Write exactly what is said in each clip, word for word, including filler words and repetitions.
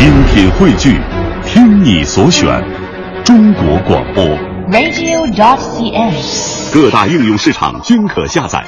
精品汇聚，听你所选，中国广播 radio dot c n， 各大应用市场均可下载。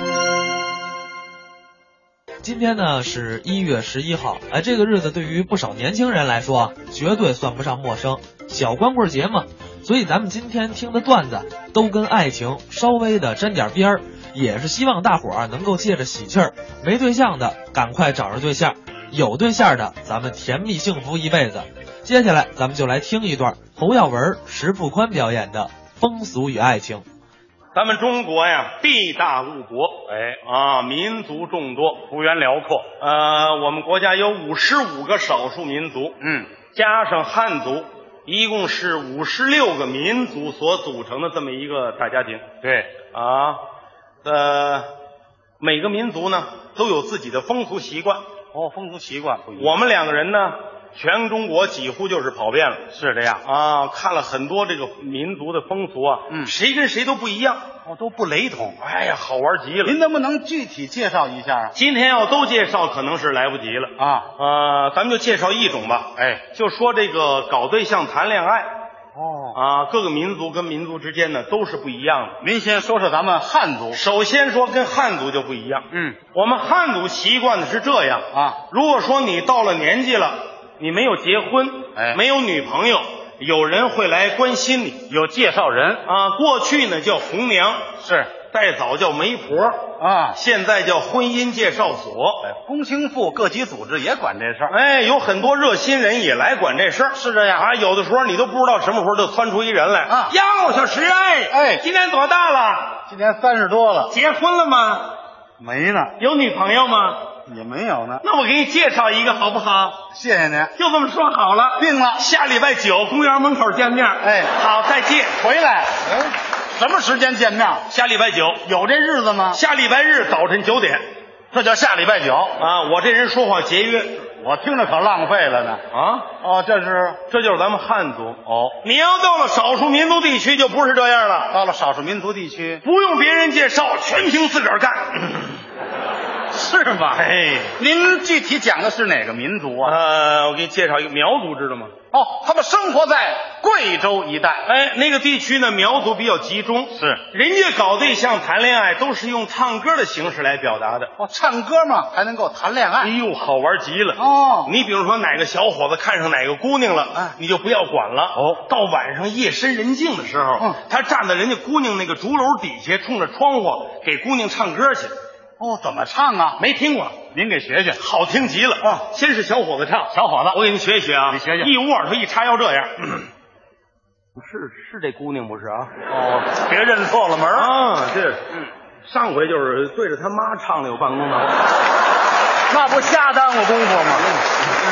今天呢是一月十一号，哎，这个日子对于不少年轻人来说，绝对算不上陌生。小光棍节嘛，所以咱们今天听的段子都跟爱情稍微的沾点边儿，也是希望大伙儿能够借着喜气儿，没对象的赶快找着对象，有对象的咱们甜蜜幸福一辈子。接下来咱们就来听一段侯耀文、石富宽表演的《风俗与爱情》。 咱们中国呀，地大物博，哎啊，民族众多，幅员辽阔。呃，我们国家有五十五个少数民族，嗯，加上汉族，一共是五十六个民族所组成的这么一个大家庭。对啊，呃，每个民族呢都有自己的风俗习惯。哦，风俗习惯不一样。我们两个人呢，全中国几乎就是跑遍了。是这样啊，看了很多这个民族的风俗啊，嗯，谁跟谁都不一样，哦，都不雷同。哎呀，好玩极了。 您能不能具体介绍一下啊？ 今天要都介绍，可能是来不及了啊。呃，咱们就介绍一种吧。哎，就说这个搞对象谈恋爱。哦啊，各个民族跟民族之间呢都是不一样的。 您先说说咱们汉族。 首先说跟汉族就不一样。嗯，我们汉族习惯的是这样啊。如果说你到了年纪了，你没有结婚，哎，没有女朋友，有人会来关心你，有介绍人啊。过去呢叫红娘，是再早叫媒婆啊，现在叫婚姻介绍所。 哎，工青妇各级组织也管这事儿。 哎，有很多热心人也来管这事儿。是这样啊，有的时候你都不知道什么时候就窜出一人来啊。哟，小石哎，哎，今年多大了？ 今年三十多了。 结婚了吗？ 没呢。 有女朋友吗？ 也没有呢。 那我给你介绍一个好不好？ 谢谢您。 就这么说好了。定了，下礼拜九公园门口见面。哎，好，再见。 回来。哎，什么时间见面？ 下礼拜九。 有这日子吗？ 下礼拜日早晨九点。 这叫下礼拜九啊！我这人说话节约， 我听着可浪费了呢。啊哦，这是这就是咱们汉族哦。你要到了少数民族地区就不是这样了。 到了少数民族地区， 不用别人介绍，全凭自个儿干。 是吗？哎，您具体讲的是哪个民族啊？ 呃，我给你介绍一个苗族，知道吗？ 哦，他们生活在贵州一带。 哎，那个地区呢，苗族比较集中。是，人家搞对象谈恋爱都是用唱歌的形式来表达的。 哦，唱歌嘛，还能够谈恋爱。 哎呦，好玩极了。哦，你比如说哪个小伙子看上哪个姑娘了，哎，你就不要管了。哦，到晚上夜深人静的时候，嗯，他站在人家姑娘那个竹楼底下，冲着窗户给姑娘唱歌去。 哦，怎么唱啊？ 没听过， 您给学学， 好听极了啊！先是小伙子唱， 小伙子， 我给您学一学啊， 你学学。 一捂耳朵一插腰这样，是是这姑娘不是啊？ 哦，别认错了门啊！这，嗯，上回就是对着他妈唱的有半公分， 那不瞎耽误功夫吗？ 嗯，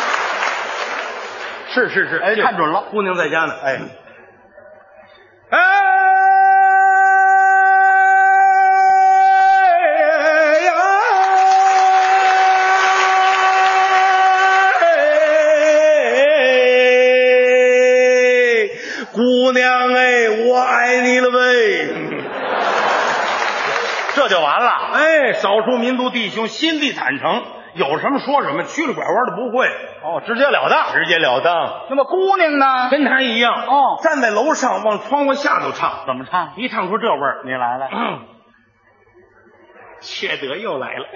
是是是， 哎，看准了， 姑娘在家呢，哎，哎。姑娘哎，我爱你了呗， 这就完了。 哎，少数民族弟兄心地坦诚，有什么说什么，曲里拐弯的不会。 哦，直截了当， 直截了当。 那么姑娘呢？ 跟他一样。哦，站在楼上往窗户下头唱。 怎么唱？ 一唱出这味儿， 你来了。 嗯，缺德又来了。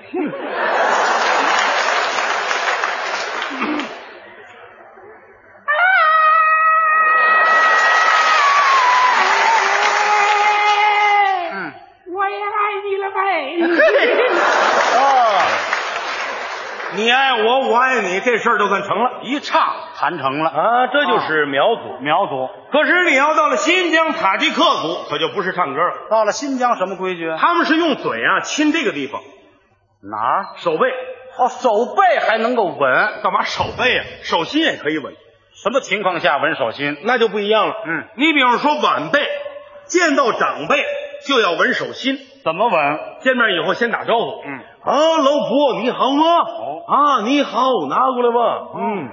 哦，你爱我，我爱你，这事儿就算成了， 一唱谈成了啊！这就是苗族， 啊、苗族。 可是你要到了新疆塔吉克族，可就不是唱歌了。 到了新疆什么规矩？ 他们是用嘴啊亲这个地方， 哪儿？ 手背。 哦，手背还能够吻？ 干嘛手背啊？手心也可以吻。 什么情况下吻手心？ 那就不一样了。嗯，你比方说晚辈见到长辈就要吻手心。 怎么吻？ 见面以后先打招呼。嗯，啊，老婆你好吗？哦，啊，你好，拿过来吧。嗯，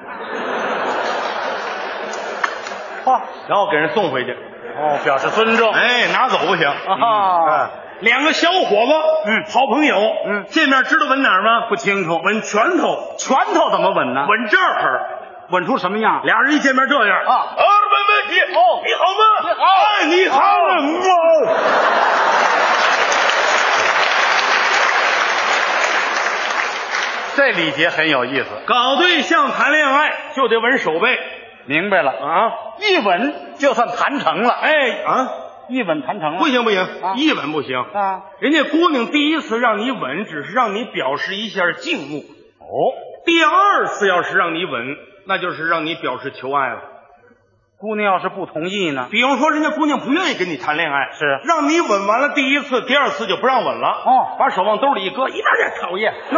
哇， 然后给人送回去。 哦，表示尊重。 哎，拿走不行啊。 嗯哎，两个小伙子，嗯，好朋友，嗯，见面知道吻哪儿吗？ 不清楚。 吻拳头。 拳头怎么吻呢？ 吻这儿。 吻出什么样？ 俩人一见面这样啊， 啊，没问题。哦，你好吗？ 你好， 哎，你好啊。 这礼节很有意思。 搞对象谈恋爱就得吻手背。 明白了啊， 一吻就算谈成了。 哎啊， 一吻谈成了。 不行不行， 啊、 一吻不行啊！ 人家姑娘第一次让你吻，只是让你表示一下敬慕。 哦， 第二次要是让你吻，那就是让你表示求爱了。 姑娘要是不同意呢？ 比如说，人家姑娘不愿意跟你谈恋爱， 是让你吻完了第一次，第二次就不让吻了。 哦， 把手往兜里一搁，一点也讨厌哟。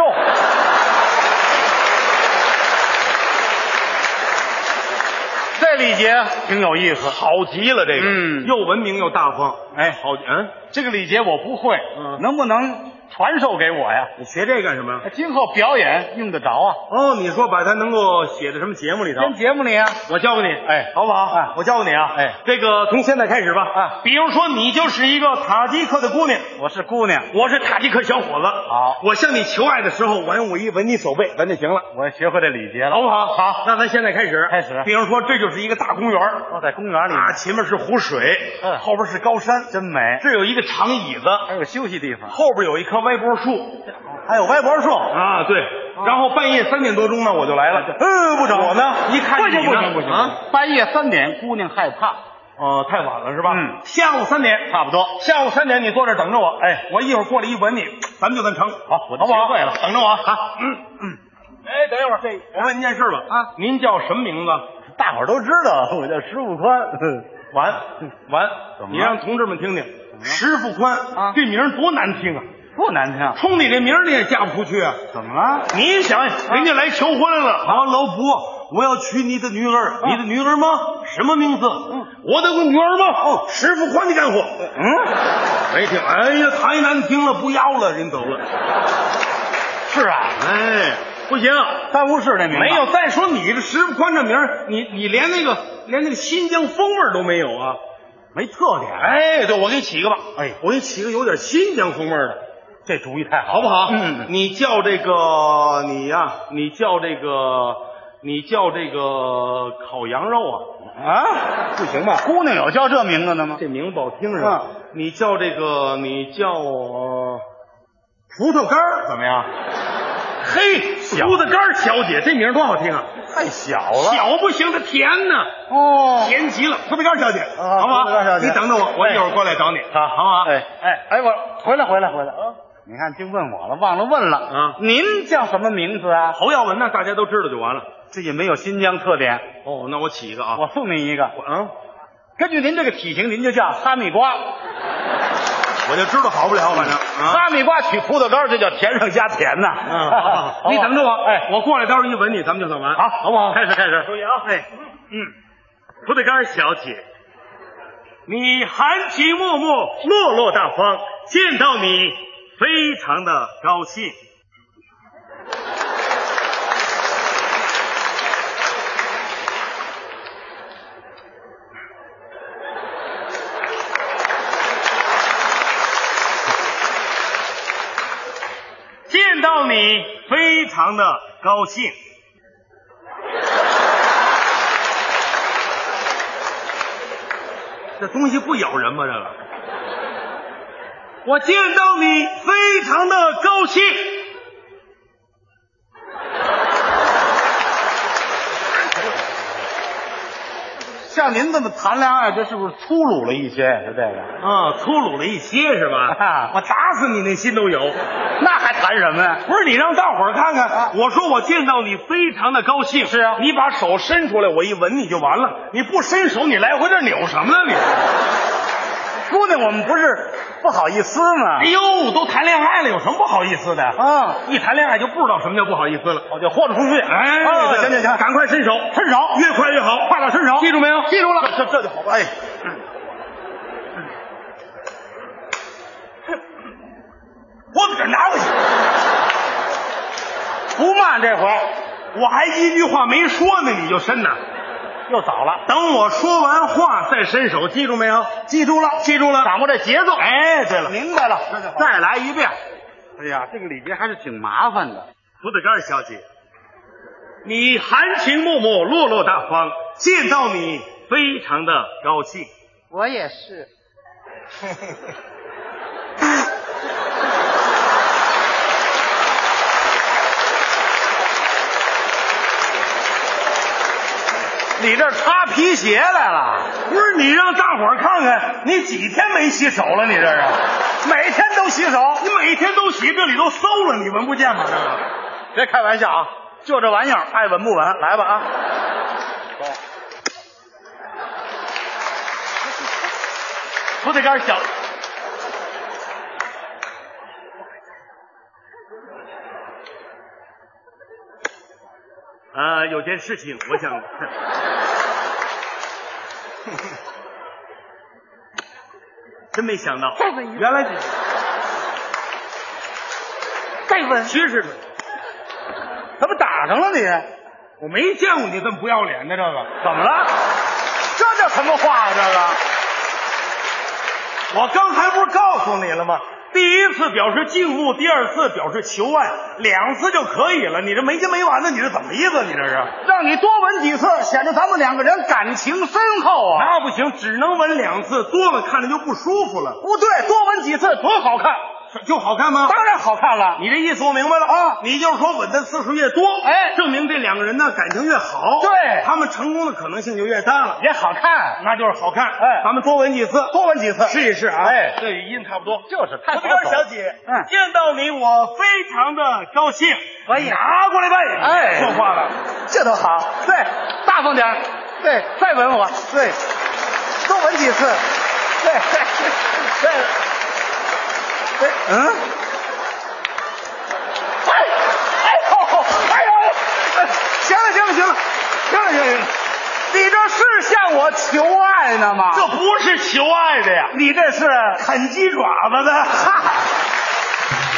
这礼节挺有意思， 好极了。这个， 嗯， 又文明又大方。 哎， 好，嗯， 这个礼节我不会， 嗯， 能不能传授给我呀？ 你学这干什么？ 今后表演用得着啊。 哦，你说把它能够写在什么节目里头？ 跟节目里啊， 我教给你， 哎， 好不好？ 哎， 我教给你啊， 哎， 这个从现在开始吧， 啊， 比如说你就是一个塔吉克的姑娘， 我是姑娘， 我是塔吉克小伙子， 好， 我向你求爱的时候，我用我一吻你手背，咱就行了， 我学会这礼节了， 好不好？ 好， 那咱现在开始， 开始。 比如说这就是一个大公园， 哦，在公园里啊，前面是湖水， 嗯， 后边是高山， 真美， 这有一个长椅子， 还有休息地方， 后边有一棵歪脖树。 还有歪脖树啊，对，然后半夜三点多钟呢，我就来了。 嗯，不成， 我呢，一看不行不行不行啊！ 半夜三点，姑娘害怕， 哦，太晚了是吧？ 嗯， 下午三点差不多。 下午三点你坐这等着我， 哎， 我一会儿过来一吻你，咱们就算成。 好，我好不好？ 学会了， 等着我啊。 好， 嗯嗯。哎，等一会儿，这我问您件事吧。 啊， 您叫什么名字？ 大伙儿都知道，我叫石富宽。 完完， 怎么了你让同志们听听，石富宽啊， 这名儿多难听啊！ 不难听， 冲你这名儿你也嫁不出去啊！ 怎么了？ 你想想，人家来求婚了啊，老伯，我要娶你的女儿，你的女儿吗？什么名字？嗯，我的女儿吗？哦，石富宽的干活。嗯，没听，哎呀，太难听了，不要了，人走了。 是啊， 哎，不行， 三无市那名没有。再说你这石富宽这名儿，你你连那个连那个新疆风味都没有啊， 没特点。 哎，对，我给你起一个吧。 哎， 我给你起个有点新疆风味的。 这主意太好， 好不好？ 嗯， 你叫这个你呀、啊，你叫这个，你叫这个烤羊肉啊啊，不行吧？姑娘有叫这名字的吗？ 这名字不好听是吧？嗯、你叫这个，你叫、呃、葡萄干怎么样？嘿，葡萄干小姐，这名多好听啊！ 太小了， 小不行，它甜呢。 哦， 甜极了，葡萄干小姐， 啊、 好不好？ 葡萄干小姐， 你等着我，我一会儿过来找你， 好， 好不好？ 哎哎哎，我回来回来回来啊！你看，净问我了，忘了问了啊！ 您叫什么名字啊？ 侯耀文呢？大家都知道就完了。 这也没有新疆特点。 哦，那我起一个啊， 我送您一个。 啊， 根据您这个体型，您就叫哈密瓜。 我就知道好不了，反正、啊、 哈密瓜取葡萄干，这叫甜上加甜呐。 啊、你等着我，哎，我过来，待会儿一吻你，咱们就算完， 好， 好不好？ 开始，开始， 注意啊，哎，嗯，葡萄干小姐，你含情脉脉，落落大方，见到你非常的高兴。见到你非常的高兴。这东西不咬人吗？这个，我见到你非常的高兴。 像您这么谈恋爱，这是不是粗鲁了一些？是这个啊，粗鲁了一些是吧？ 啊， 我打死你那心都有。 那还谈什么呀？ 不是你让大伙儿看看，啊、我说我见到你非常的高兴。 是啊， 你把手伸出来，我一吻你就完了。你不伸手，你来回这扭什么呢你？ 姑娘，我们不是不好意思吗？ 哎呦，都谈恋爱了，有什么不好意思的啊？ 一谈恋爱就不知道什么叫不好意思了， 我就豁得出去。 哎， 啊、行行行， 赶快伸手， 伸手， 越快越好， 快点伸手， 记住没有？ 记住了， 这这就好了。哎，我给这拿回去， 不慢这回， 我还一句话没说呢，你就伸呐。 又早了， 等我说完话再伸手，记住没有？ 记住了， 记住了， 掌握这节奏。 哎，对了， 明白了， 再来一遍。 哎呀，这个礼节还是挺麻烦的。 葡萄干小姐， 你含情脉脉，落落大方，见到你非常的高兴。 我也是。你这擦皮鞋来了？ 不是，你让大伙儿看看，你几天没洗手了？你这是每天都洗手， 你每天都洗，这里都馊了，你闻不见吗？这个别开玩笑啊！就这玩意儿，爱闻不闻？来吧啊！ 不得杆小。呃，有件事情，我想，真没想到， 再问一原来是， 再问， 其实怎么打上了你？ 我没见过你这么不要脸的，这个怎么了？这叫什么话啊？这个， 我刚才不是告诉你了吗？第一次表示敬慕，第二次表示求爱，两次就可以了。你这没完没完的，你这怎么意思？你这是让你多吻几次，显得咱们两个人感情深厚啊！ 那不行，只能吻两次，多了看着就不舒服了。 不对，多吻几次多好看， 就好看吗？ 当然好看了。 你这意思我明白了啊！你就是说吻的次数越多， 哎， 证明这两个人呢感情越好， 对， 他们成功的可能性就越大了， 也好看， 那就是好看。 哎， 咱们多吻几次， 多吻几次， 试一试啊！ 哎， 这语音差不多， 就是太好这边小姐， 嗯， 见到你我非常的高兴， 可以拿过来呗。 哎， 说话了， 这都好，对，大方点，对，再吻我，对，多吻几次，对，对，对，嗯。行了行了行了，行了行了行了，你这是向我求爱呢吗？ 这不是求爱的呀， 你这是啃鸡爪子的。